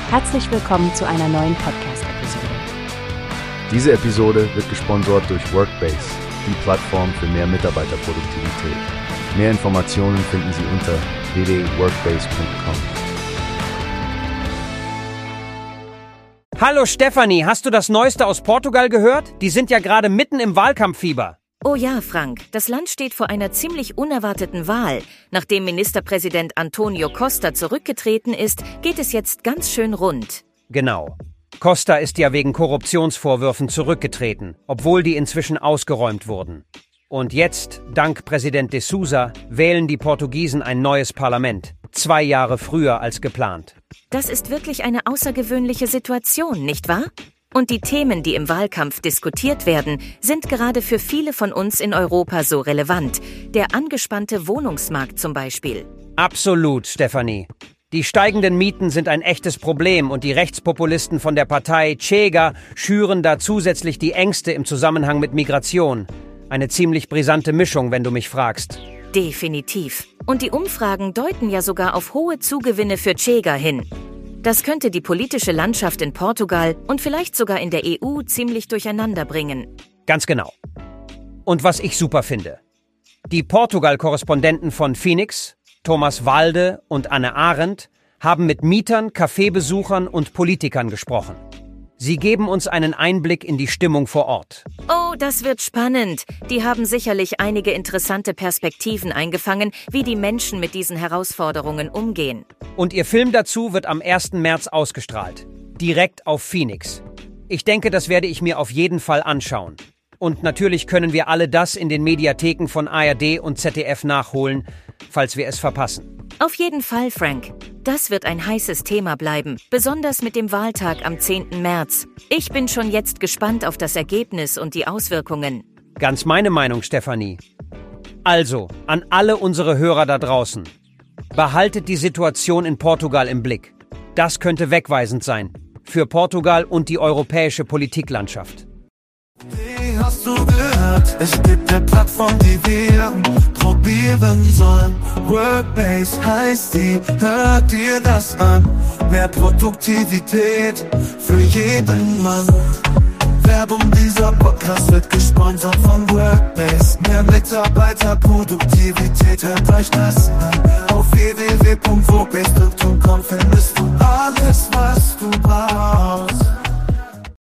Herzlich willkommen zu einer neuen Podcast-Episode. Diese Episode wird gesponsert durch Workbase, die Plattform für mehr Mitarbeiterproduktivität. Mehr Informationen finden Sie unter www.workbase.com. Hallo Stefanie, hast du das Neueste aus Portugal gehört? Die sind ja gerade mitten im Wahlkampffieber. Oh ja, Frank, das Land steht vor einer ziemlich unerwarteten Wahl. Nachdem Ministerpräsident António Costa zurückgetreten ist, geht es jetzt ganz schön rund. Genau. Costa ist ja wegen Korruptionsvorwürfen zurückgetreten, obwohl die inzwischen ausgeräumt wurden. Und jetzt, dank Präsident de Sousa, wählen die Portugiesen ein neues Parlament. 2 Jahre früher als geplant. Das ist wirklich eine außergewöhnliche Situation, nicht wahr? Und die Themen, die im Wahlkampf diskutiert werden, sind gerade für viele von uns in Europa so relevant. Der angespannte Wohnungsmarkt zum Beispiel. Absolut, Stefanie. Die steigenden Mieten sind ein echtes Problem und die Rechtspopulisten von der Partei Chega schüren da zusätzlich die Ängste im Zusammenhang mit Migration. Eine ziemlich brisante Mischung, wenn du mich fragst. Definitiv. Und die Umfragen deuten ja sogar auf hohe Zugewinne für Chega hin. Das könnte die politische Landschaft in Portugal und vielleicht sogar in der EU ziemlich durcheinander bringen. Ganz genau. Und was ich super finde. Die Portugal-Korrespondenten von Phoenix, Thomas Walde und Anne Arendt, haben mit Mietern, Kaffeebesuchern und Politikern gesprochen. Sie geben uns einen Einblick in die Stimmung vor Ort. Oh, das wird spannend. Die haben sicherlich einige interessante Perspektiven eingefangen, wie die Menschen mit diesen Herausforderungen umgehen. Und ihr Film dazu wird am 1. März ausgestrahlt. Direkt auf Phoenix. Ich denke, das werde ich mir auf jeden Fall anschauen. Und natürlich können wir alle das in den Mediatheken von ARD und ZDF nachholen, falls wir es verpassen. Auf jeden Fall, Frank. Das wird ein heißes Thema bleiben, besonders mit dem Wahltag am 10. März. Ich bin schon jetzt gespannt auf das Ergebnis und die Auswirkungen. Ganz meine Meinung, Stefanie. Also, an alle unsere Hörer da draußen. Behaltet die Situation in Portugal im Blick. Das könnte wegweisend sein. Für Portugal und die europäische Politiklandschaft. Wie hast du gehört? Es gibt eine Plattform, die wir probieren sollen. Workbase heißt die, hört dir das an. Mehr Produktivität für jeden Mann. Werbung, dieser Podcast wird gesponsert von Workbase. Mehr Mitarbeiterproduktivität, hört euch das an. Auf www.workbase.com findest du alles, was du brauchst.